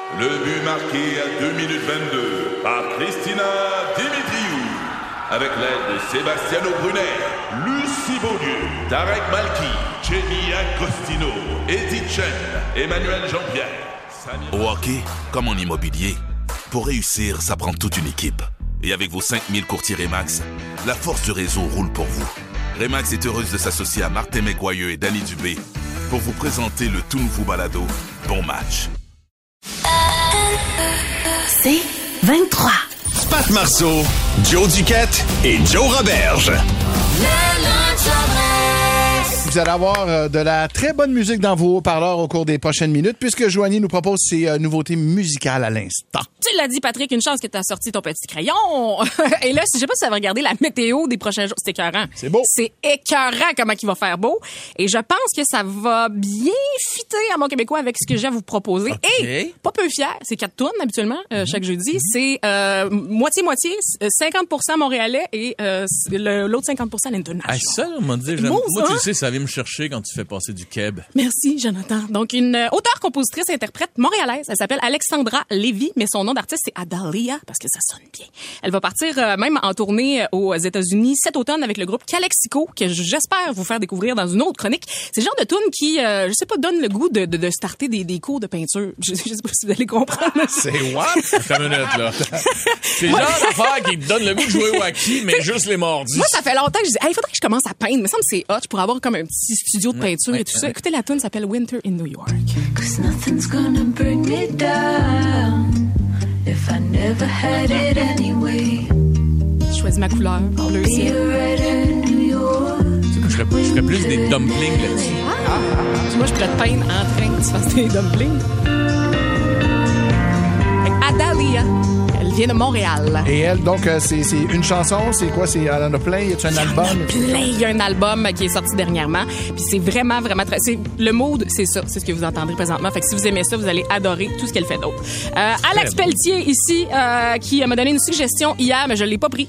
Le but marqué à 2 minutes 22 par Christina Dimitriou. Avec l'aide de Sebastiano Brunet, Lucie Beaulieu, Tarek Malki, Jenny Agostino, Edith Chen, Emmanuel Jean-Pierre. Au hockey, comme en immobilier, pour réussir, ça prend toute une équipe. Et avec vos 5000 courtiers Remax, la force du réseau roule pour vous. Remax est heureuse de s'associer à Martin McGuire et Danny Dubé pour vous présenter le tout nouveau balado Bon Match. C'est 23. Pat Marceau, Joe Duquette et Joe Roberge. Vous allez avoir de la très bonne musique dans vos haut-parleurs au cours des prochaines minutes, puisque Joanie nous propose ses nouveautés musicales à l'instant. Tu l'as dit, Patrick, une chance que tu as sorti ton petit crayon. Et là, je sais pas si ça va regarder la météo des prochains jours. C'est écœurant. C'est beau. C'est écœurant comment il va faire beau. Et je pense que ça va bien fitter à mon Québécois avec ce que j'ai à vous proposer. Okay. Et pas peu fier. C'est 4 tonnes habituellement chaque jeudi. C'est moitié-moitié. 50% montréalais et l'autre 50% l'international. Ah, ça, on m'a dit, Beau, moi, ça, tu hein? le sais, ça vient me chercher quand tu fais passer du keb. Merci, Jonathan. Donc, une auteure, compositrice, interprète montréalaise. Elle s'appelle Alexandra Lévy, mais son nom d'artiste, c'est Adalia, parce que ça sonne bien. Elle va partir même en tournée aux États-Unis cet automne avec le groupe Calexico, que j'espère vous faire découvrir dans une autre chronique. C'est le genre de tune qui, je sais pas, donne le goût de starter des cours de peinture. Je sais pas si vous allez comprendre. C'est what? Attends une minute, là. C'est le genre d'affaire qui te donne le goût de jouer au hockey, mais juste les mardis. Moi, ça fait longtemps que je dis, il faudrait que je commence à peindre. Mais ça me semble que c'est hot. Je pourrais avoir comme un petit studio de peinture et tout ça. Écoutez, la tune s'appelle Winter in New York. 'Cause nothing's gonna bring me down if I never had it anyway. Je choisis ma couleur, bleu ciel. Je ferais plus des dumplings là-dessus. Moi, je pourrais te peindre en train que tu fasses des dumplings. Adalia. Elle vient de Montréal. Et elle, donc, c'est une chanson, c'est quoi? Elle en a plein? Y a-tu un album? Il y a un album qui est sorti dernièrement. Puis c'est vraiment, vraiment très... Le mood, c'est ça. C'est ce que vous entendrez présentement. Fait que si vous aimez ça, vous allez adorer tout ce qu'elle fait d'autre. Alex Pelletier, ici, qui m'a donné une suggestion hier, mais je l'ai pas pris.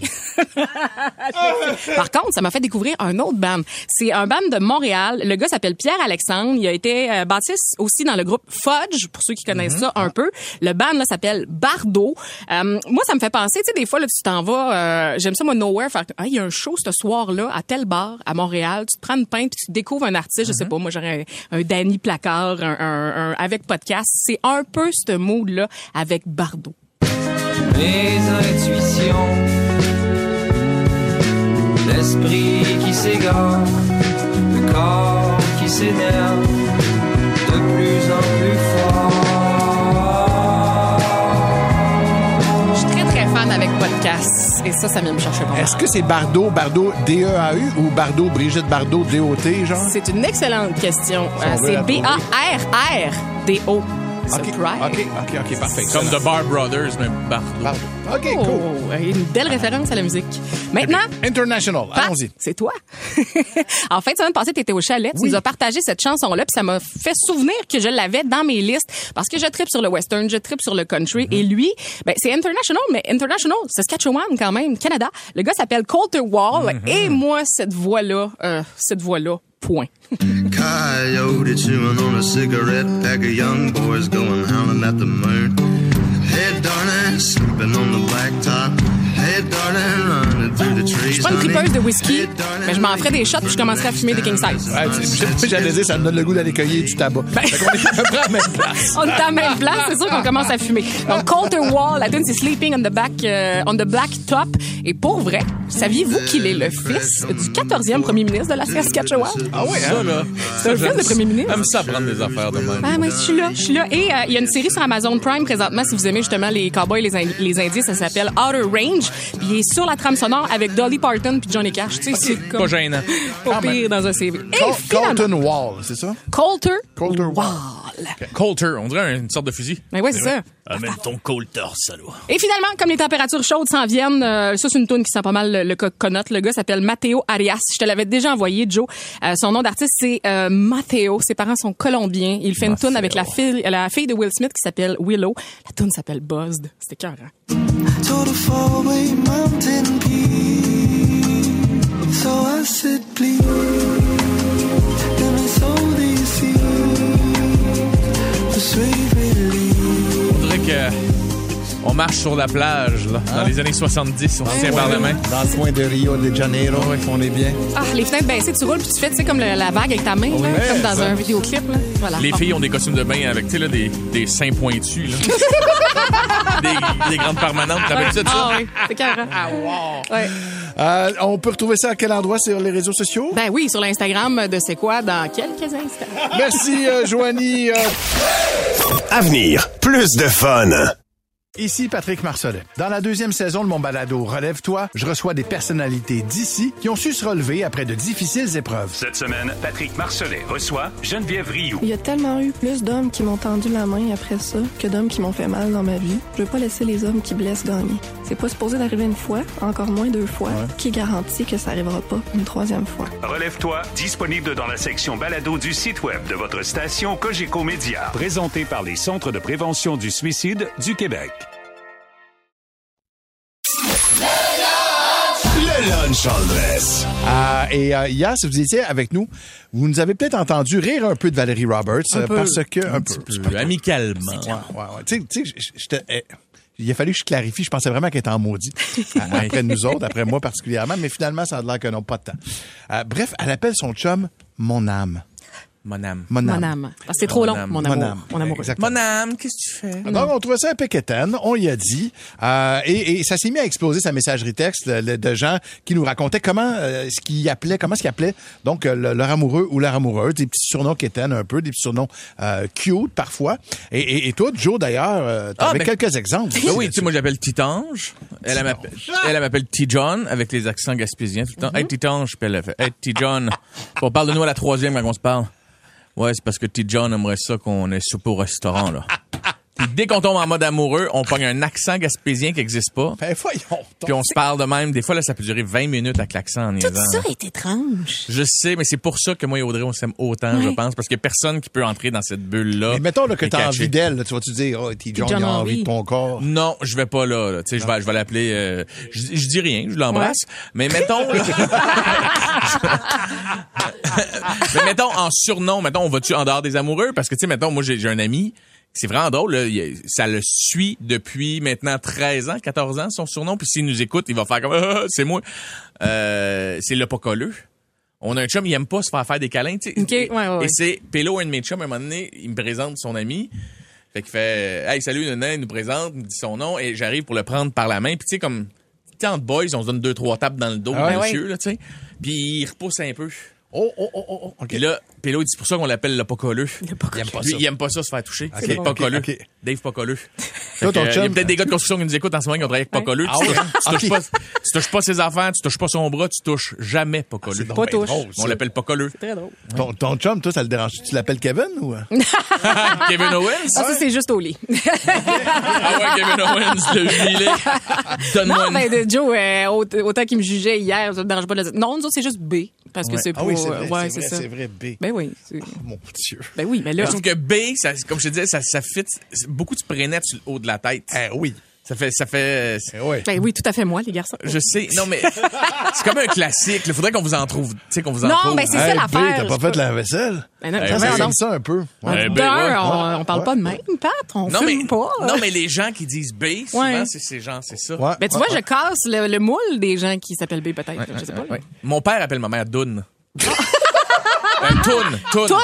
Par contre, ça m'a fait découvrir un autre band. C'est un band de Montréal. Le gars s'appelle Pierre-Alexandre. Il a été bâtisse aussi dans le groupe Fudge, pour ceux qui connaissent ça un peu. Le band, là, s'appelle Bardo. Moi, ça me fait penser, tu sais, des fois, là, tu t'en vas, j'aime ça, moi, nowhere, faire, il y a un show ce soir-là, à tel bar, à Montréal, tu te prends une pinte, puis tu découvres un artiste, je sais pas, moi, j'aurais un Danny Placard, un avec podcast. C'est un peu ce mood-là avec Bardo. Les intuitions, l'esprit qui s'égare, le corps qui s'énerve, de plus en plus fort. Avec podcast. Et ça vient me chercher pas mal. Est-ce que c'est Bardo D-E-A-U ou Bardo Brigitte Bardot D-O-T, genre? C'est une excellente question. C'est B-A-R-R-D-O. OK, parfait. Comme The Bar Brothers, mais Bardo. OK, cool. Une belle référence à la musique. Maintenant... International, allons-y. C'est toi. En fin de semaine passée, tu étais au chalet. Tu nous as partagé cette chanson-là, puis ça m'a fait souvenir que je l'avais dans mes listes parce que je trippe sur le western, je trippe sur le country. Et lui, c'est international, mais international, Saskatchewan quand même, Canada. Le gars s'appelle Colter Wall. Et moi, cette voix-là, point. Coyote chewing on a cigarette, pack of young boys going howling at the moon. Hey darling, sleeping on the blacktop. Hey darling, running through the trees. Je suis pas une tripeuse de whisky, mais je m'en ferais des shots puis je commencerai à fumer des king size. J'allais dire, ça me donne le goût d'aller cueillir du tabac. Fait qu'on est à peu près à la même place. On est à la même place, c'est sûr qu'on commence à fumer. Donc, Colter Wall, la tune, c'est Sleeping on the Black Top. Et pour vrai, saviez-vous qu'il est le fils du 14e premier ministre de la Saskatchewan? Ah ouais, Ça, là. C'est un fils de premier ministre. J'aime ça prendre des affaires de même. Ah, mais je suis là. Et il y a une série sur Amazon Prime présentement, si vous aimez justement les cowboys et les Indiens, ça s'appelle Outer Range. Puis il est sur la trame sonore avec Dolly Parton puis Johnny Cash. Tu sais, c'est comme... Pas gênant. Pas pire dans un CV. Colton Wall, c'est ça? Colter Wall. Okay. Colter, on dirait une sorte de fusil. Mais ouais, c'est ça. Amène ton Colter, salaud. Et finalement, comme les températures chaudes s'en viennent, ça c'est une toune qui sent pas mal le coconut. Le gars s'appelle Mateo Arias. Je te l'avais déjà envoyé, Joe. Son nom d'artiste c'est Mateo. Ses parents sont colombiens. Il fait une toune avec la fille de Will Smith qui s'appelle Willow. La toune s'appelle Buzzed. C'était écœurant. Told a faraway mountain peak, so I said please let me sow these seeds, persuade relief. on marche sur la plage, là. Dans les années 70, on se tient par la main. Dans le coin de Rio de Janeiro, on est bien. Ah, les fenêtres baissées, tu roules puis tu fais, tu sais, comme la vague avec ta main, là, comme dans un vidéoclip, là. Voilà. Les filles ont des costumes de bain avec, tu sais, là, des seins pointus, là. des grandes permanentes. T'appelles ça? Ah oui, c'est carré. Ah, wow. Ouais. On peut retrouver ça à quel endroit sur les réseaux sociaux? Ben oui, sur l'Instagram de C'est quoi dans quelques instants. Merci, Joanie. À venir, plus de fun. Ici Patrick Marcelet. Dans la 2e saison de mon balado Relève-toi, je reçois des personnalités d'ici qui ont su se relever après de difficiles épreuves. Cette semaine, Patrick Marcelet reçoit Geneviève Rioux. Il y a tellement eu plus d'hommes qui m'ont tendu la main après ça que d'hommes qui m'ont fait mal dans ma vie. Je veux pas laisser les hommes qui blessent gagner. C'est pas supposé d'arriver une fois, encore moins 2 fois. Ouais. Qui garantit que ça arrivera pas une 3e fois? Relève-toi, disponible dans la section balado du site web de votre station Cogeco Média. Présenté par les Centres de prévention du suicide du Québec. Le lunch Andress. Hier, si vous étiez avec nous, vous nous avez peut-être entendu rire un peu de Valérie Roberts. Parce que... Un peu. Amicalement. Ouais. Tu sais, il a fallu que je clarifie. Je pensais vraiment qu'elle était en maudit. Après nous autres, après moi particulièrement. Mais finalement, ça a l'air que non, pas de temps. Bref, elle appelle son chum « mon âme ». Mon âme. Ah, c'est trop long, mon amour. Mon amour. Exactement. Mon âme, qu'est-ce que tu fais? Donc, on trouvait ça un peu quétaine, on y a dit. Et ça s'est mis à exploser sa messagerie texte de gens qui nous racontaient comment ce qu'ils appelaient donc leur amoureux ou leur amoureuse, des petits surnoms quétaines un peu, des petits surnoms cute parfois. Et toi, Joe, d'ailleurs, t'avais quelques exemples. Ben oui, tu sais, moi j'appelle Titange. Elle m'appelle T-John avec les accents gaspésiens tout le temps. Hey Titange, puis elle fait Hey T-John. On parle de nous à la 3e quand on se parle. Ouais, c'est parce que T-John aimerait ça qu'on ait soupe au restaurant, là. Puis dès qu'on tombe en mode amoureux, on pogne un accent gaspésien qui n'existe pas. Ben voyons. Puis on se parle de même. Des fois, là, ça peut durer 20 minutes avec l'accent en niaisant. Tout ça est étrange. Je sais, mais c'est pour ça que moi et Audrey, on s'aime autant, je pense. Parce qu'il n'y a personne qui peut entrer dans cette bulle-là. Mais mettons là, que t'as envie d'elle, là, tu vas-tu dire, oh, T-John, il a envie de ton corps. Non, je vais pas là. Tu sais, je vais l'appeler, je dis rien, je l'embrasse. Ouais. Mais mettons, là, mais mettons en surnom, on va-tu en dehors des amoureux? Parce que, tu sais, mettons, moi, j'ai un ami, c'est vraiment drôle, là, ça le suit depuis maintenant 13 ans, 14 ans, son surnom, puis s'il nous écoute, il va faire comme c'est moi. C'est le pas colleux. On a un chum, il aime pas se faire des câlins, tu sais. Okay, ouais. Et c'est Pélo, un de mes chums, à un moment donné, il me présente son ami. Fait qu'il fait hey, salut, Nana, il nous présente, il me dit son nom, et j'arrive pour le prendre par la main, puis tu sais, comme, tu sais, entre boys, on se donne 2-3 tapes dans le dos, monsieur, là, tu sais. Puis il repousse un peu. OK. Et là, Pélo, c'est pour ça qu'on l'appelle le pas colleux. Il aime pas ça se faire toucher. C'est le pas colleux. Dave pas colleux. Il y a peut-être des gars de construction qui nous écoutent en ce moment qui ont travaillé avec pas colleux. Tu touches pas ses affaires, tu touches pas son bras, tu touches jamais pas colleux. Pas touche. On l'appelle pas colleux. C'est très drôle. Ton chum, toi, ça le dérange? Tu l'appelles Kevin ou? Kevin Owens? Ah, ça, c'est juste au lit. Ah ouais, Kevin Owens, le humilé. Donne-moi de Joe, autant qu'il me jugeait hier, ça ne dérange pas de le dire. Non, nous autres, c'est juste B. Parce que c'est pour... c'est ça. C'est vrai, B. Ben oui. Oh, mon Dieu. Ben oui, mais là... Je trouve que B, ça, comme je te disais, ça fit beaucoup de prénette sur le haut de la tête. Oui. Ça fait... Ben oui, tout à fait moi, les garçons. Je sais. Non, mais c'est comme un classique. Il faudrait qu'on vous en trouve. Tu sais, qu'on vous en trouve. Non, ben c'est ça l'affaire. T'as pas fait la vaisselle? Ben non, c'est comme ça un peu. On parle pas de même, Pat. On fume pas. Non, mais les gens qui disent B, souvent, c'est ces gens, c'est ça. Ben tu vois, je casse le moule des gens qui s'appellent B, peut-être. Je sais pas. Mon père appelle ma mère Doun. Toun.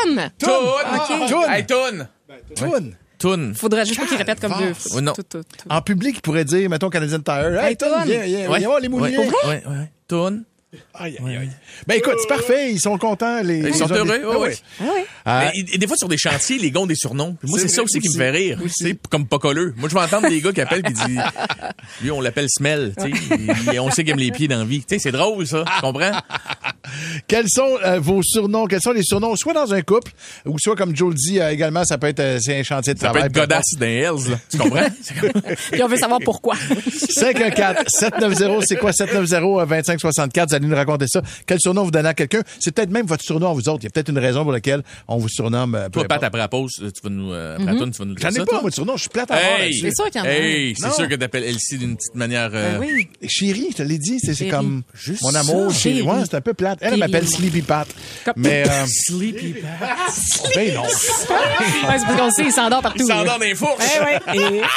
Hey, Toun. Toun. Faudrait juste pas qu'il répète comme deux fois. Non. En public, il pourrait dire, mettons, Canadian Tire. Hey, Toun, viens voir les mouliers. Ouais. Toun. Aïe. Ben écoute, c'est parfait, ils sont contents. Ils sont heureux, Et des fois, sur des chantiers, les gars ont des surnoms. Moi, c'est ça aussi qui me fait rire. C'est comme pas colleux. Moi, je vais entendre des gars qui appellent et disent, lui, on l'appelle Smell, tu sais. On sait qu'il aime les pieds dans la vie. Tu sais, c'est drôle, ça. Tu comprends? Quels sont vos surnoms? Quels sont les surnoms, soit dans un couple, ou soit, comme Joe le dit également, ça peut être c'est un chantier de travail. Ça peut être godasse dans Hells, là. Tu comprends? Et on veut savoir pourquoi. 514-790, c'est quoi 790-2564? Vous allez nous raconter ça. Quel surnom vous donnez à quelqu'un? C'est peut-être même votre surnom à vous autres. Il y a peut-être une raison pour laquelle on vous surnomme. Toi, Pat, après la pause, tu vas nous, après toi, tu vas nous dire ça. J'en ai pas, moi, de surnom. Je suis plate à voir. C'est sûr qu'il y en a. C'est sûr que t'appelles Elsie d'une petite manière. Oui. Chérie, je te l'ai dit, c'est comme juste mon amour. Chérie. Ouais, c'est un peu plate. Elle m'appelle Sleepy Pat. Mais Sleepy Pat. Ben non. C'est parce qu'on sait, il s'endort partout. Il s'endort dans les fourches. Ouais.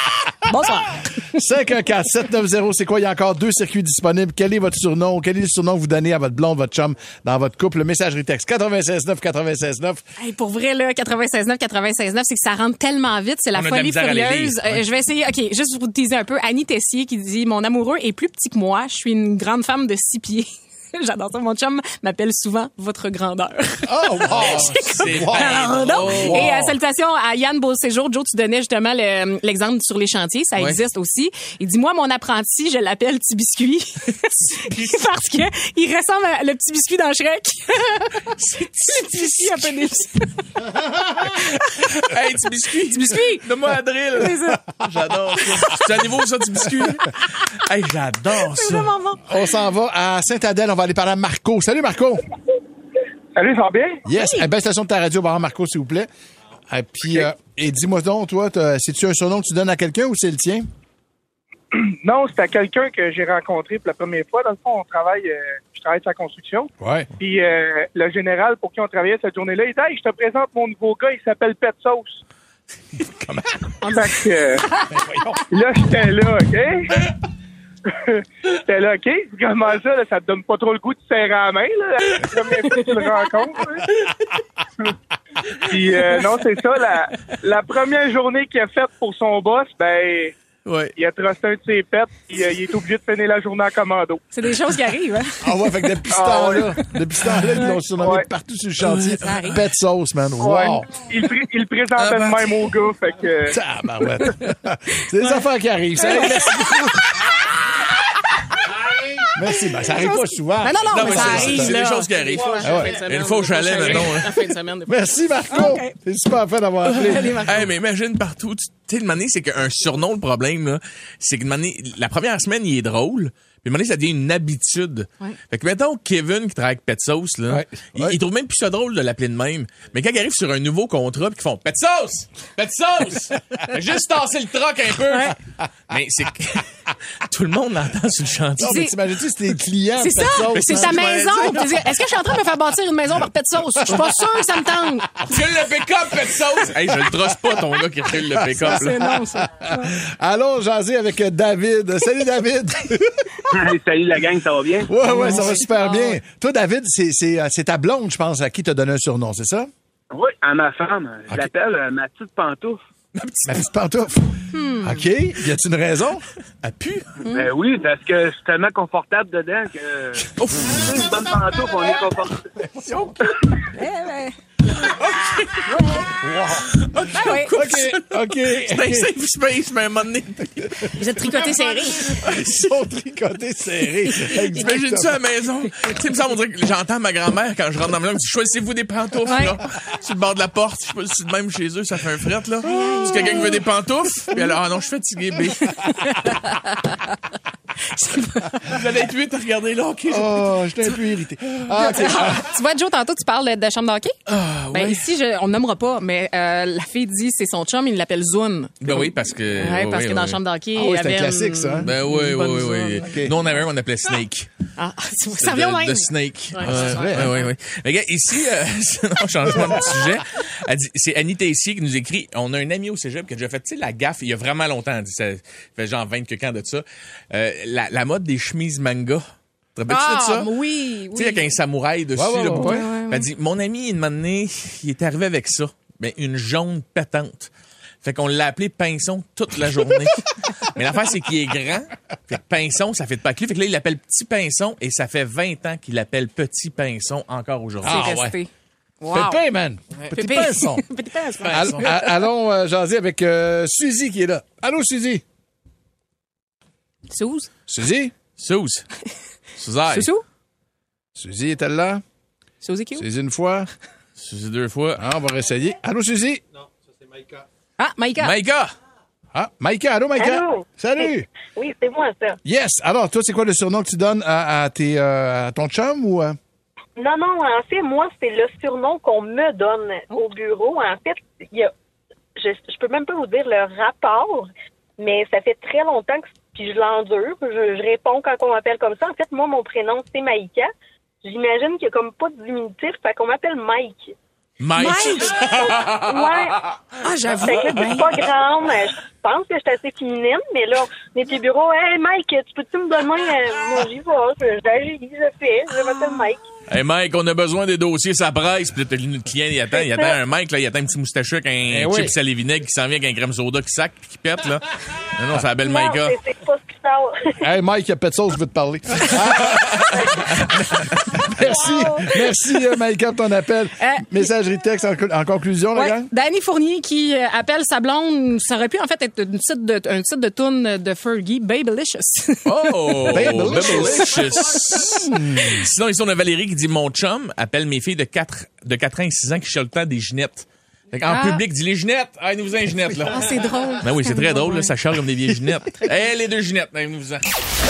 Bonsoir. 514-790, c'est quoi? Il y a encore 2 circuits disponibles. Quel est votre surnom? Quel est le surnom que vous donnez à votre blonde, votre chum, dans votre couple? Messagerie texte 96.9, 96.9. Hey, pour vrai, là, 96.9, 96.9, c'est que ça rentre tellement vite. C'est la folie furieuse. Je vais essayer. OK, juste pour vous teaser un peu. Annie Tessier qui dit « Mon amoureux est plus petit que moi. Je suis une grande femme de 6 pieds. » J'adore ça. Mon chum m'appelle souvent votre grandeur. Oh, wow! C'est pardon. Et salutations à Yann Beauséjour. Joe, tu donnais justement l'exemple sur les chantiers. Ça existe aussi. Il dit, moi, mon apprenti, je l'appelle Petit Biscuit. Parce que il ressemble à le petit biscuit dans Shrek. C'est Petit Biscuit un peu délicieux. Hey, Petit Biscuit. Petit Biscuit. Donne-moi la drill. C'est ça. J'adore ça. C'est à niveau, ça, Petit Biscuit. Hey, j'adore ça. C'est vraiment bon. On s'en va à Sainte-Adèle. On va aller parler à Marco. Salut, Marco. Salut, ça va bien? Yes. Oui. Baisse le son de ta radio, on va voir Marco, s'il vous plaît. Et puis, et dis-moi donc, toi, c'est-tu un surnom que tu donnes à quelqu'un ou c'est le tien? Non, c'est à quelqu'un que j'ai rencontré pour la première fois. Dans le fond, je travaille sur la construction. Ouais. Puis le général pour qui on travaillait cette journée-là, il dit « Hey, je te présente mon nouveau gars, il s'appelle Pet Sauce. » Comment? Fait que, là, j'étais là, OK? J'étais là, OK? Comment ça, là, ça te donne pas trop le goût de serrer la main, là, la première fois que tu le rencontres. Puis, non, c'est ça, la première journée qu'il a faite pour son boss, ben... Ouais. Il a trusté un de ses pets, il est obligé de finir la journée en commando. C'est des choses qui arrivent, hein? Ah ouais, fait que depuis ce temps-là, ils l'ont surnommé partout sur le chantier. Pet Sauce, man. Wow! Ouais. Il le présentait de même au gars, fait que... Tabarouette. C'est des affaires qui arrivent. Ça, merci beaucoup. Merci. Ben, ça arrive pas souvent. Non, mais ça arrive. C'est des choses qui arrivent. Une fois au chalet, maintenant. Merci, Marco. Okay. C'est super fait d'avoir appelé. Hey, mais imagine partout. Tu sais, le mané, c'est qu'un surnom, le problème, là, c'est que la première semaine, il est drôle. Puis, ça devient une habitude. Ouais. Fait que, mettons, Kevin, qui travaille avec Pet Sauce, là, il trouve même plus ça drôle de l'appeler de même. Mais quand il arrive sur un nouveau contrat, puis qu'ils font Pet Sauce! Pet Sauce! Juste tasser le troc un peu. Mais c'est que tout le monde l'entend sur le chantier. Non, mais t'imagines-tu, c'est tes clients. C'est ça! C'est ta maison! Est-ce que je suis en train de me faire bâtir une maison par Pet Sauce? Je suis pas sûr que ça me tente. Recule le pick-up, Pet Sauce! Hey, je le trosse pas, ton gars qui recule le pick-up. C'est non, ça. Allons jaser avec David. Salut, David! Salut la gang, ça va bien? Ouais, ça va super bien. Toi, David, c'est ta blonde, je pense, à qui t'as donné un surnom, c'est ça? Oui, à ma femme. Je l'appelle ma petite pantoufle. Ma petite pantoufle? OK. Y a-t-il une raison? Elle pue? Ben oui, parce que je suis tellement confortable dedans que... C'est une bonne pantoufle, on est confortable. OK. C'est un safe space, mais à un moment donné... Vous êtes tricotés serrés. Ils sont tricotés serrés. Imagine ça à la maison. Tu sais, il me semble, on dirait que j'entends ma grand-mère quand je rentre dans la maison, choisissez-vous des pantoufles, là. Sur le bord de la porte. Je sais pas si c'est de même chez eux, ça fait un fret, là. Si quelqu'un qui veut des pantoufles, puis alors, ah non, je suis fatigué, B. Vous allez être 8 à regarder là, OK? Oh, j'étais un peu irrité. Ah, okay. Tu vois, Joe, tantôt, tu parles de chambre d'hockey? Ouais. Ici, on nommera pas, mais la fille dit c'est son chum, il l'appelle Zune. Ben oui, parce que... parce que dans la chambre d'hockey, il y avait... C'est un classique, ça. Hein? Ben oui. Okay. Nous, on avait un qu'on appelait Snake. Ah, ça vient même. De Snake. Ouais, c'est vrai. Oui. Mais regarde, ici, changement de sujet. Elle dit, c'est Annie Tessier qui nous écrit, on a un ami au cégep qui a déjà fait, tu sais, la gaffe, il y a vraiment longtemps, elle dit, ça fait genre 20 quelques ans de ça, la mode des chemises manga. Tu te rappelles-tu de ça? Oui. Tu sais, avec un samouraï dessus. Ouais. Elle dit, mon ami, une année, il est arrivé avec ça. Mais une jaune pétante. Fait qu'on l'a appelé Pinson toute la journée. Mais l'affaire, c'est qu'il est grand. Fait que Pinson, ça fait pas que lui. Fait que là, il l'appelle Petit Pinson et ça fait 20 ans qu'il l'appelle Petit Pinson encore aujourd'hui. C'est resté. Wow. Pépé, man. Petit Pinson. Petit Pinson. Allons jaser avec Suzy qui est là. Allô, Suzy. Suzy. Suzy. Suzy est-elle là? Suzy Q. Suzy une fois. Suzy deux fois. Ah, on va réessayer. Allô, Suzy? Non, ça c'est Maïka. Ah, Maïka. Ah, Maïka. Allô, Maïka. Allô? Salut. Oui, c'est moi, ça. Yes. Alors, toi, c'est quoi le surnom que tu donnes à ton chum ou... Non, en fait, moi, c'est le surnom qu'on me donne au bureau. En fait, je peux même pas vous dire le rapport, mais ça fait très longtemps que puis je l'endure. Je réponds quand on m'appelle comme ça. En fait, moi, mon prénom, c'est Maïka. J'imagine qu'il n'y a comme pas de diminutif, fait qu'on m'appelle Mike. Mike! Ouais. Ah, j'avoue. Fait que là, je suis pas grande. Je pense que je suis assez féminine, mais là, on était au bureau. Hey, Mike, tu peux-tu me donner... Moi, j'y vais. J'agis, je fais. Je m'appelle Mike. Hey Mike, on a besoin des dossiers, ça presse. Puis là, le client, il attend un Mike, là, il attend un petit moustachu avec un chip salé vinaigre qui s'en vient avec un crème soda qui sac puis qui pète, là. Non, c'est la belle Mike. Non, c'est pas ce qui sort. Hey Mike, il y a Petso, je veux te parler. Merci Mike, pour ton appel. Messagerie texte en conclusion, là, gars. Danny Fournier qui appelle sa blonde, ça aurait pu en fait être un titre de toune de Fergie, Babylicious. Oh! Babylicious. Sinon, ici, on a Valérie qui dit « Mon chum appelle mes filles de 4 ans et 6 ans qui cherchent le temps des ginettes. » En public, dit « Les ginettes! Ah, nous un ginette, là. » Ah, c'est drôle. Ben oui, c'est très drôle, là, ça charle comme des vieilles ginettes. Hey, les deux ginettes, nous-en.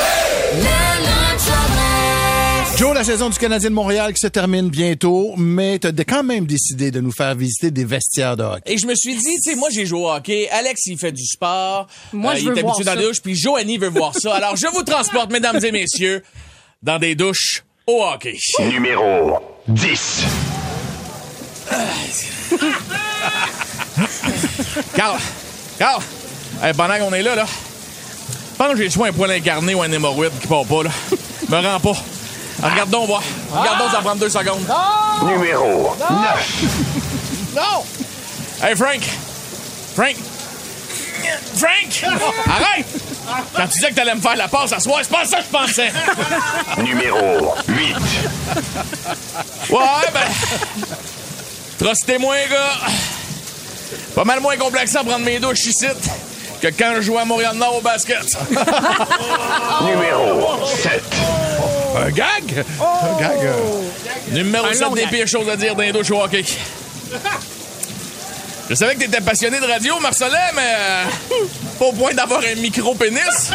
Joe, la saison du Canadien de Montréal qui se termine bientôt, mais t'as quand même décidé de nous faire visiter des vestiaires de hockey. Et je me suis dit, tu sais, moi, j'ai joué au hockey. Alex, il fait du sport. Moi, je veux il est voir habitué dans ça. les douches. Puis Joanie veut voir ça. Alors, je vous transporte, mesdames et messieurs, dans des douches au hockey. Numéro 10. Carl, hey, pendant qu'on est là, je pense que j'ai soit un poil incarné ou un hémorroïde qui part pas, là. Me rends pas. Alors, regardons, voir. Regardons, ça va prendre 2 secondes. Numéro 9. Non! Hey, Frank! Arrête! Quand tu disais que t'allais me faire la passe à soir, c'est pas ça que je pensais. Numéro 8. Ouais, trustez-moi, gars. Pas mal moins complexant à prendre mes douches ici que quand je jouais à Montréal-Nord au basket. Numéro 7. Un gag? Un gag. Numéro 7 des gag. pires choses à dire dans les douches au hockey. Je savais que t'étais passionné de radio, Marcelin, mais pas au point d'avoir un micro-pénis.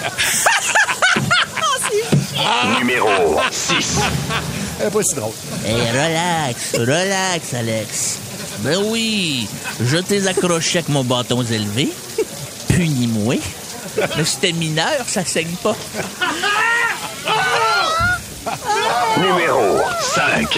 Numéro 6. Pas si drôle. Hey, relax, Alex. Ben oui, je t'ai accroché avec mon bâton élevé. Punis-moi. Mais si t'es mineur, ça saigne pas. Numéro 5.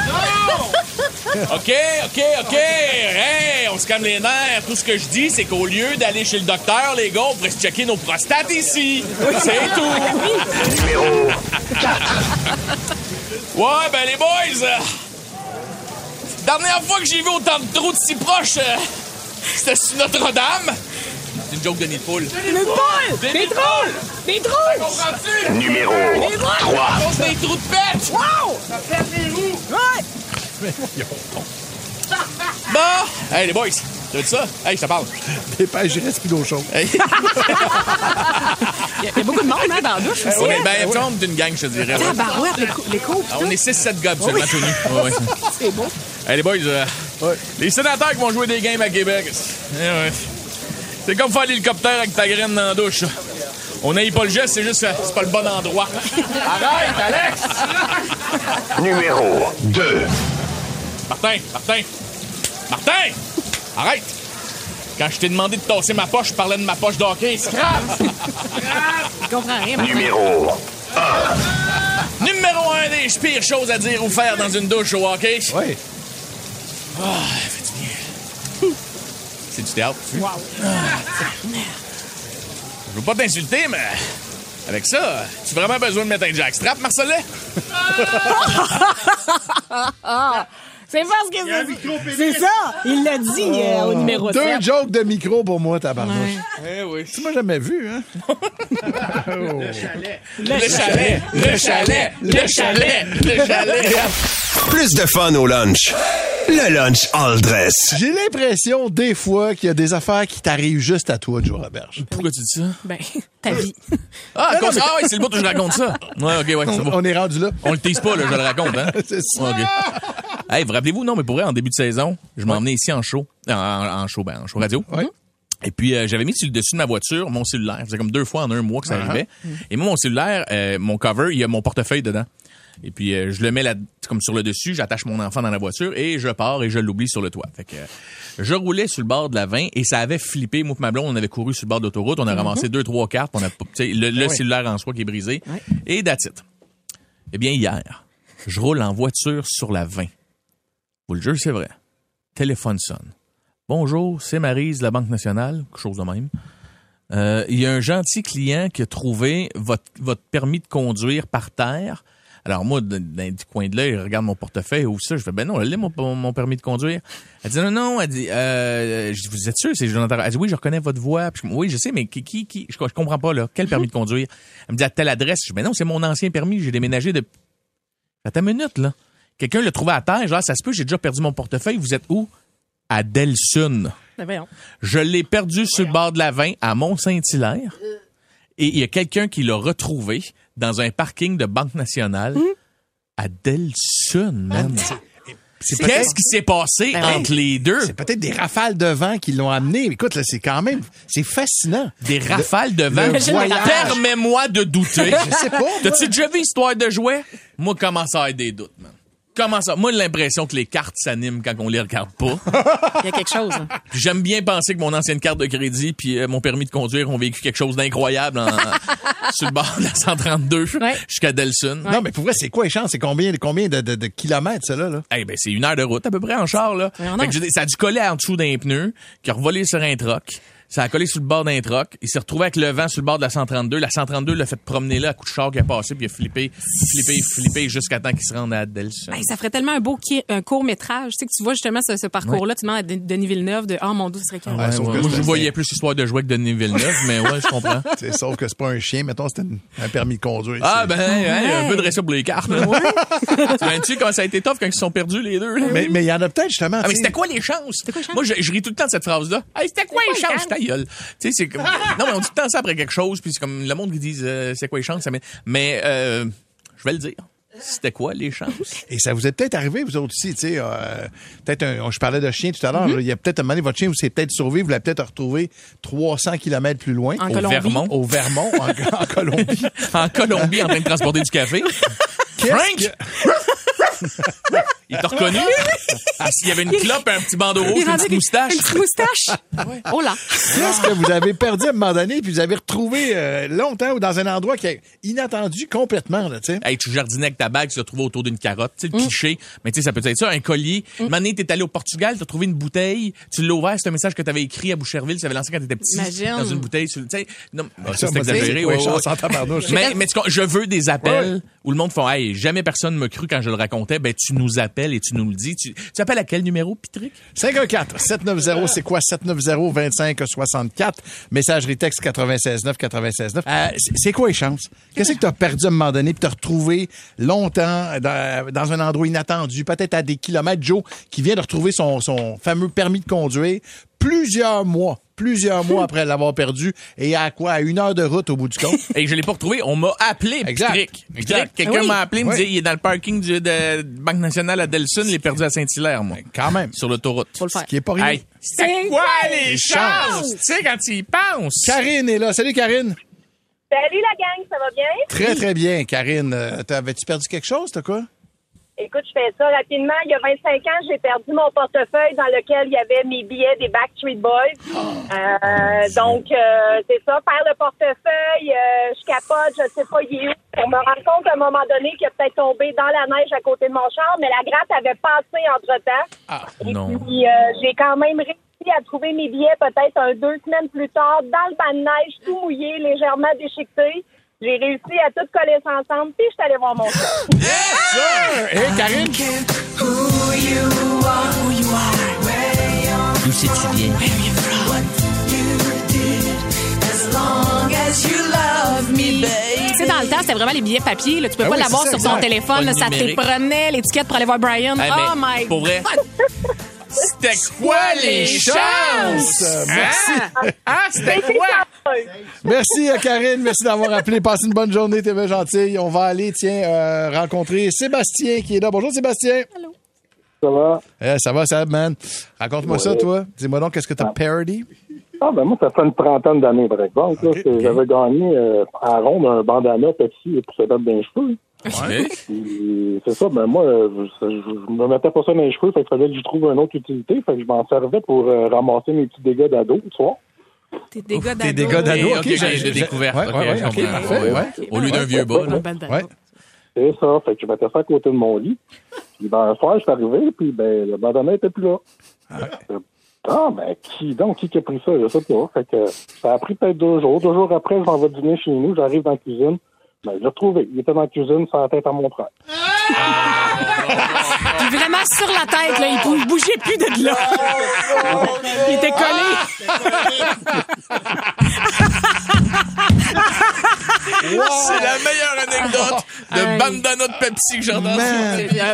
OK. Hey, on se calme les nerfs. Tout ce que je dis, c'est qu'au lieu d'aller chez le docteur, les gars, on pourrait se checker nos prostates ici. C'est tout. Numéro 4. Ouais, ben les boys, dernière fois que j'ai vu autant de trous de si proches, c'était sur Notre-Dame. C'est une joke de nid de poule. Des trolls! Des trolls! Comprends-tu? Numéro 3. Des trous de pète! Wow! Ça fait des roues! Ouais! Bon! Hey, les boys, t'as vu ça? Hey, je te parle. Dépêche, il reste plus d'eau chaude. Hey. Il y a beaucoup de monde dans la douche aussi. Oui, hein? ben, on est une gang, je te dirais. Tabarouette, les coupes. On est 6-7 gars, absolument, tout nus. Ouais. C'est beau. Hey, les boys, les sénateurs qui vont jouer des games à Québec. Ouais. C'est comme faire l'hélicoptère avec ta graine dans la douche. Ça. On n'aille pas le geste, c'est juste c'est pas le bon endroit. Arrête, Alex! Numéro 2. Martin! Arrête! Quand je t'ai demandé de tasser ma poche, je parlais de ma poche d'hockey. Scrap! Je comprends rien, Martin. Numéro 1. Numéro 1 des pires choses à dire ou faire dans une douche au hockey. Oui. Ah, fait du bien. C'est du théâtre. Wow. Je veux pas t'insulter, mais avec ça, tu as vraiment besoin de mettre un jackstrap, Marcelin? C'est parce que c'est ça. Il l'a dit au numéro 7. 2 jokes de micro pour moi, tabarnouche. Eh oui. Tu m'as jamais vu, hein? Le chalet. Plus de fun au lunch. Le lunch all dress. J'ai l'impression, des fois, qu'il y a des affaires qui t'arrivent juste à toi, Joe Roberge. Pourquoi tu dis ça? Ben, ta vie. Ah, oui, c'est le bout où je raconte ça. Ouais, OK, ouais, c'est bon. On est rendu là. On le tease pas, là, je le raconte, hein? C'est ça. OK. Hey, vous rappelez-vous, non, mais pour vrai, en début de saison, je m'emmenais ici en show. En show radio. Oui. Et puis, j'avais mis sur le dessus de ma voiture mon cellulaire. Ça faisait comme 2 fois en un mois que ça arrivait. Et moi, mon cellulaire, mon cover, il y a mon portefeuille dedans. Et puis, je le mets là, comme sur le dessus, j'attache mon enfant dans la voiture et je pars et je l'oublie sur le toit. Fait que je roulais sur le bord de la 20 et ça avait flippé. Moi et ma blonde, on avait couru sur le bord de l'autoroute. On a ramassé 2-3 cartes. On a, le cellulaire en soi qui est brisé. Ouais. Et that's it. Eh bien, hier, je roule en voiture sur la 20. Vous le jure, c'est vrai. Téléphone sonne. Bonjour, c'est Maryse de la Banque nationale, quelque chose de même. Il y a un gentil client qui a trouvé votre permis de conduire par terre. Alors moi, dans du coin de l'œil, je regarde mon portefeuille ou ça, je fais non, là, mon permis de conduire. Elle dit non, elle dit je dis, vous êtes sûr, c'est Jonathan? Elle dit oui, je reconnais votre voix. Puis oui, je sais, mais qui je comprends pas là, quel permis de conduire? Elle me dit à telle adresse. Je dis non, c'est mon ancien permis, j'ai déménagé de. Attends une minute là. Quelqu'un l'a trouvé à terre, genre ça se peut, j'ai déjà perdu mon portefeuille, vous êtes où? À Delsun. Je l'ai perdu sur le bord de la 20 à Mont-Saint-Hilaire. Et il y a quelqu'un qui l'a retrouvé dans un parking de Banque nationale à Delsun, man. Qu'est-ce qui s'est passé entre les deux? C'est peut-être des rafales de vent qui l'ont amené. Écoute, là, c'est fascinant. Des rafales de vent? Permets-moi de douter. Je sais pas. T'as-tu déjà vu Histoire de jouets? Moi, commence à avoir des doutes, man. Comment ça? Moi, j'ai l'impression que les cartes s'animent quand on les regarde pas. Il y a quelque chose. Hein. J'aime bien penser que mon ancienne carte de crédit puis mon permis de conduire ont vécu quelque chose d'incroyable sur le bord de la 132 jusqu'à Delsun. Non, mais pour vrai, c'est quoi les chances? C'est combien de kilomètres, ça, là? Eh ben, c'est 1 heure de route à peu près en char, là. Fait que ça a dû coller en dessous d'un pneu, qui a revolé sur un troc. Ça a collé sur le bord d'un troc. Il s'est retrouvé avec le vent sur le bord de la 132. La 132 l'a fait promener là à coup de char qui a passé, puis il a flippé jusqu'à temps qu'il se rende à Delsun. Ben, ça ferait tellement un court-métrage. Tu sais, que tu vois justement ce parcours-là, tu demandes à Denis Villeneuve de « Oh mon Dieu, ce serait quand même. » Moi, je voyais plus Histoire de jouer que Denis Villeneuve, mais ouais, je comprends. Sauf que c'est pas un chien, mettons, c'était un permis de conduire. Ah, un peu de récit pour les cartes. Tu sais comment ça a été tough quand ils se sont perdus, les deux. Là. Mais il y en a peut-être, justement. Ah, mais c'était quoi les chances? Moi, je ris tout le temps de cette phrase-là. Hey, c'était quoi les chances? Ta gueule. Tu sais, c'est comme... Non, mais on dit tout le temps ça après quelque chose, puis c'est comme le monde qui dit c'est quoi les chances? Mais je vais le dire. C'était quoi les chances? Et ça vous est peut-être arrivé, vous autres aussi, tu sais, je parlais de chien tout à l'heure, il y a peut-être un moment donné, votre chien vous s'est peut-être sauvé, vous l'avez peut-être retrouvé 300 km plus loin. Au Vermont, en Colombie. En Colombie, en train de transporter du café. Frank! Il t'a reconnu? Il y avait une clope, un petit bandeau rouge, une petite moustache. Une petite moustache? Oh là! Qu'est-ce que vous avez perdu à un moment donné, puis vous avez retrouvé longtemps ou dans un endroit qui est inattendu complètement, là, tu sais? Hey, tu jardinais avec ta bague, tu l'as trouvé autour d'une carotte, tu sais, le cliché. Mais tu sais, ça peut être ça, un collier. Un moment donné, t'es allé au Portugal, t'as trouvé une bouteille, tu l'as ouvert, c'est un message que t'avais écrit à Boucherville, tu avais lancé quand t'étais petit. Imagine. Dans une bouteille, tu sais. Non, ça, c'est exagéré. Mais je veux des appels où le monde fait, hey, jamais personne m'a cru quand je le racontais. Ben, tu nous appelles et tu nous le dis. Tu appelles à quel numéro, Pitrick? 514-790, c'est quoi? 790-2564. Messagerie texte 96-9. C'est quoi les chances? Qu'est-ce que t'as perdu à un moment donné puis t'as retrouvé longtemps dans un endroit inattendu, peut-être à des kilomètres? Joe, qui vient de retrouver son fameux permis de conduire plusieurs mois après l'avoir perdu, et à 1 heure de route au bout du compte. Et je l'ai pas retrouvé, on m'a appelé. Exact. Quelqu'un m'a appelé, me dit, il est dans le parking de Banque nationale à Delsun, il est perdu à Saint-Hilaire, moi. Quand même. Sur l'autoroute. Faut le faire. Ce qui est pas rien. Hey, c'est quoi les chances? Tu sais, quand tu y penses. Karine est là. Salut, Karine. Salut la gang, ça va bien? Très, très bien, Karine. Avais-tu perdu quelque chose, t'as quoi? Écoute, je fais ça rapidement. Il y a 25 ans, j'ai perdu mon portefeuille dans lequel il y avait mes billets des Backstreet Boys. Donc, c'est ça, faire le portefeuille, je capote, je sais pas, il est où. On me rend compte à un moment donné qu'il est peut-être tombé dans la neige à côté de mon char, mais la gratte avait passé entre-temps. Et puis, j'ai quand même réussi à trouver mes billets peut-être 2 semaines plus tard, dans le banc de neige, tout mouillé, légèrement déchiqueté. J'ai réussi à tout coller ça ensemble, puis je suis allée voir mon char. Yes, sir! Hey, Karine! D'où sais-tu bien? Tu sais, dans le temps, c'était vraiment les billets papier. Là. Tu peux pas l'avoir sur ton téléphone. Là, ça te prenait l'étiquette pour aller voir Brian. Oh my God! Pour vrai? C'était quoi les chances? Merci. C'était quoi? Merci, Karine. Merci d'avoir appelé. Passe une bonne journée, t'es bien gentille. On va aller, rencontrer Sébastien qui est là. Bonjour, Sébastien. Allô. Ça va? Ça va, Seb, man. Raconte-moi ça, toi. Dis-moi donc, qu'est-ce que t'as parody? Moi, ça fait une trentaine d'années, par exemple. Okay. J'avais gagné à ronde un bandana Pepsi pour se mettre dans les cheveux. Ouais. C'est ça, moi, je me mettais pas ça dans les cheveux, fait qu'il fallait que je trouve une autre utilité, fait que je m'en servais pour ramasser mes petits dégâts d'ado, tu vois. Tes dégâts d'ado. Tes dégâts d'ado, OK. J'ai découvert. OK, parfait. Au lieu d'un vieux bas. C'est ça, fait que je mettais ça à côté de mon lit. Puis ben, un soir, je suis arrivé, puis ben, le bandana était plus là. Ah, ben, qui a pris ça? Je sais pas. Fait que ça a pris peut-être 2 jours. 2 jours après, je m'en vais dîner chez nous, j'arrive dans la cuisine. Ben, je l'ai retrouvé. Il était dans la cuisine, sans la tête à mon frère. Puis vraiment sur la tête, là, il bougeait plus de là. Il était collé. C'est la meilleure anecdote de bandana de Pepsi que j'ai entendue. Un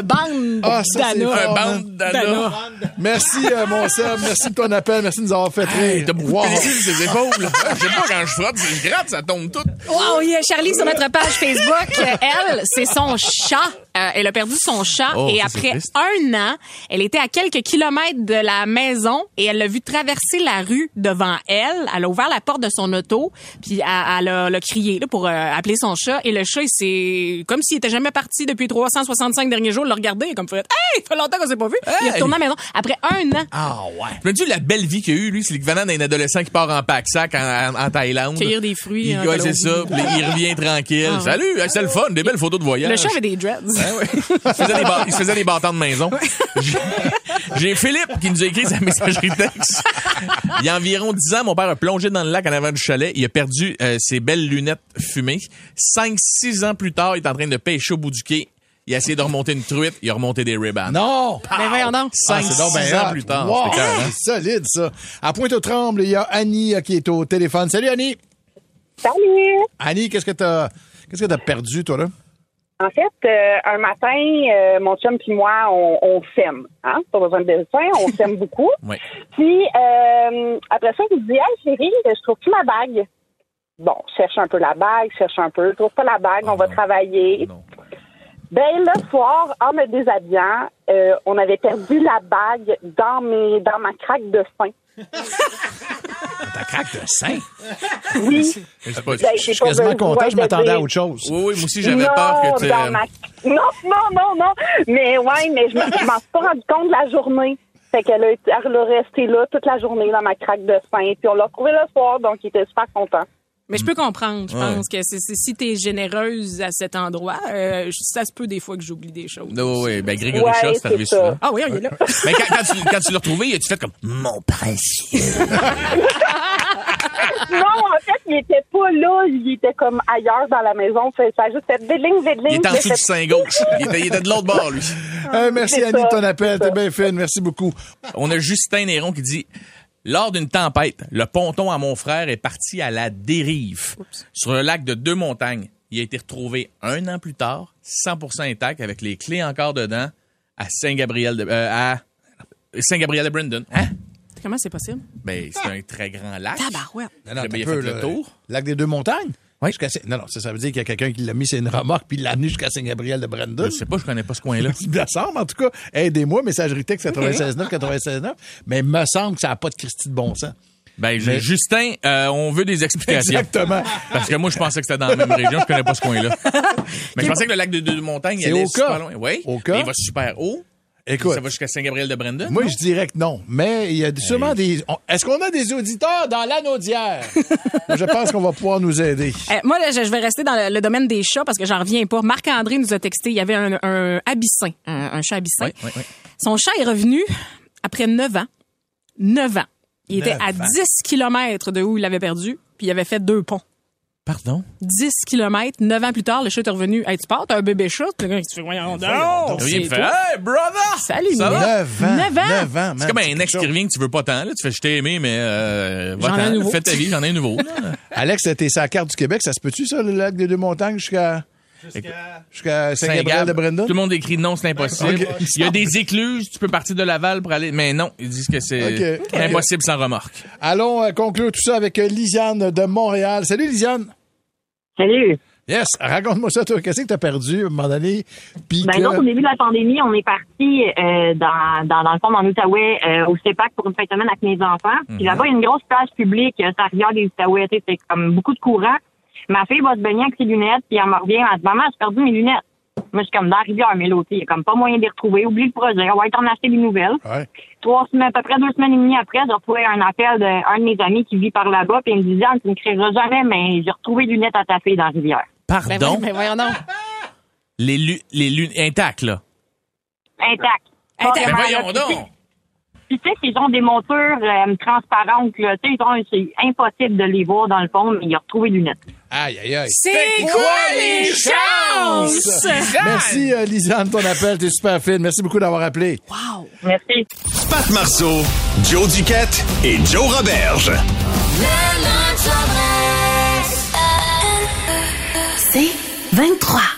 bandana. Merci, mon Seb. Merci de ton appel. Merci de nous avoir fait rire. T'as beaucoup de pellicule sur ses épaules. Je sais pas, quand je frotte, je gratte, ça tombe tout. Wow, il y a Charlie sur notre page Facebook. Elle, c'est son chat. Elle a perdu son chat et après 1 an, elle était à quelques kilomètres de la maison et elle l'a vu traverser la rue devant elle. Elle a ouvert la porte de son auto puis elle a crié là, pour appeler son chat et le chat, c'est comme s'il était jamais parti depuis 365 derniers jours. Il l'a regardé comme fait « Hey, il fait longtemps qu'on s'est pas vu. » Il est retourné à la maison après 1 an. Ah ouais. Tu me dis la belle vie qu'il a eue, lui, c'est l'équivalent d'un adolescent qui part en pack-sac en Thaïlande. Cueillir des fruits. Ouais, c'est ça. Puis il revient tranquille. Ah, Salut, c'est le fun, des belles photos de voyage. Le chat avait des dreads. Il se faisait des bâtons de maison. J'ai Philippe qui nous a écrit sa messagerie texte. Il y a environ 10 ans, mon père a plongé dans le lac en avant du chalet. Il a perdu ses belles lunettes fumées. 5-6 ans plus tard, il est en train de pêcher au bout du quai. Il a essayé de remonter une truite, il a remonté des ribbons. Non! Mais voyons donc. 5-6 ans plus tard. Wow, c'est solide, ça. À Pointe-aux-Trembles, il y a Annie qui est au téléphone. Salut, Annie! Salut! Annie, qu'est-ce que t'as perdu, toi, là? En fait, un matin, mon chum puis moi, on s'aime. Hein? Pas besoin de dessin, on s'aime beaucoup. Oui. Puis, après ça, il me dit « Hey, chérie, je trouve plus ma bague. » Bon, cherche un peu la bague, je trouve pas la bague, on va travailler. Non. Ben, le soir, en me déshabillant, on avait perdu la bague dans ma craque de sein. Ta craque de sein? Oui. Je suis quasiment content, je m'attendais à autre chose. Oui, moi aussi, j'avais peur que tu... Non. Mais je m'en suis pas rendu compte de la journée. Fait qu'elle a resté là toute la journée dans ma craque de sein. Puis on l'a retrouvé le soir, donc il était super content. Mais je peux comprendre. Je pense que si t'es généreuse à cet endroit, ça se peut des fois que j'oublie des choses. Oui. Ben, Grégory Chat, c'est arrivé souvent. Ah oui, il est là. Mais quand tu l'as retrouvé, tu fait comme mon précieux. Non, en fait, il était pas là. Il était comme ailleurs dans la maison. Ça a juste fait védling. Il était en dessous du sein gauche. Il était de l'autre bord, lui. Merci, Annie, de ton appel. T'es bien fine. Merci beaucoup. On a Justin Néron qui dit... Lors d'une tempête, le ponton à mon frère est parti à la dérive sur le lac de Deux-Montagnes. Il a été retrouvé 1 an plus tard, 100% intact, avec les clés encore dedans, à Saint-Gabriel de Brandon. Hein? Comment c'est possible? Ben, c'est un très grand lac. Tabarouette. Non, il a fait le tour. Lac des Deux-Montagnes? Oui. Non, ça veut dire qu'il y a quelqu'un qui l'a mis sur une remorque puis il l'a amené jusqu'à Saint-Gabriel de Brandon. Je sais pas, je connais pas ce coin-là. Il me semble, en tout cas. Aidez-moi, messagerie texte 96.9. Mais il me semble que ça n'a pas de Christie de bon sens. Ben, Justin, on veut des explications. Exactement. Parce que moi, je pensais que c'était dans la même région. Je connais pas ce coin-là. Mais je pensais que le lac de Deux-Montagnes, il allait super loin. Oui. Mais il va super haut. Écoute, ça va jusqu'à Saint-Gabriel de Brandon? Moi, je dirais que non. Mais il y a sûrement des... Est-ce qu'on a des auditeurs dans l'Anaudière? Je pense qu'on va pouvoir nous aider. Moi, là, je vais rester dans le domaine des chats parce que j'en reviens pas. Marc-André nous a texté. Il y avait un abyssin, un chat abyssin. Oui. Son chat est revenu après 9 ans. 9 ans. Il était à 10 kilomètres de où il l'avait perdu, puis il avait fait 2 ponts. Pardon? 10 kilomètres, 9 ans plus tard, le chat est revenu. Hey, tu pars, t'as un bébé chat? Tu fais, voyons donc. Il fait, hey, brother! Salut, 9 ans. C'est comme un ex qui revient que tu veux pas tant, là. Tu fais, je t'ai aimé, mais, fais ta vie, j'en ai un nouveau, là. Alex, t'es sur la carte du Québec, ça se peut-tu, ça, le lac des Deux-Montagnes jusqu'à Saint-Gabriel de Brandon? Tout le monde écrit non, c'est impossible. Okay. Il y a des écluses, tu peux partir de Laval pour aller, mais non, ils disent que c'est impossible sans remorque. Allons conclure tout ça avec Lisiane de Montréal. Salut, Lisiane. Salut. Yes, raconte-moi ça, toi. Qu'est-ce que t'as perdu à un moment donné? Donc, au début de la pandémie, on est parti dans le fond, dans l'Outaouais, au CEPAC pour une fin de semaine avec mes enfants. Puis là-bas, il y a une grosse plage publique, c'est la rivière des Outaouais, c'est comme beaucoup de courant. Ma fille va se baigner avec ses lunettes, puis elle me revient, elle dit, maman, j'ai perdu mes lunettes. Moi, je suis comme dans la rivière, mais l'autre, il n'y a comme pas moyen de les retrouver. Oublie le projet, on va être en acheter des nouvelles. Ouais. 3 semaines, à peu près 2 semaines et demie après, j'ai retrouvé un appel d'un de mes amis qui vit par là-bas, puis il me disait, tu ne me créeras jamais, mais j'ai retrouvé les lunettes à ta fille dans la rivière. Pardon? Mais voyons donc. Les lunettes intactes, là. intactes. Intactes. Mais voyons donc! Puis tu sais qu'ils ont des montures transparentes, là. Tu sais, c'est impossible de les voir dans le fond, mais il a retrouvé les lunettes. Aïe, aïe, aïe. C'est quoi les chances? Merci, Lisanne, ton appel. T'es super fine. Merci beaucoup d'avoir appelé. Wow. Merci. Pat Marceau, Joe Duquette et Joe Roberge. C'est 23.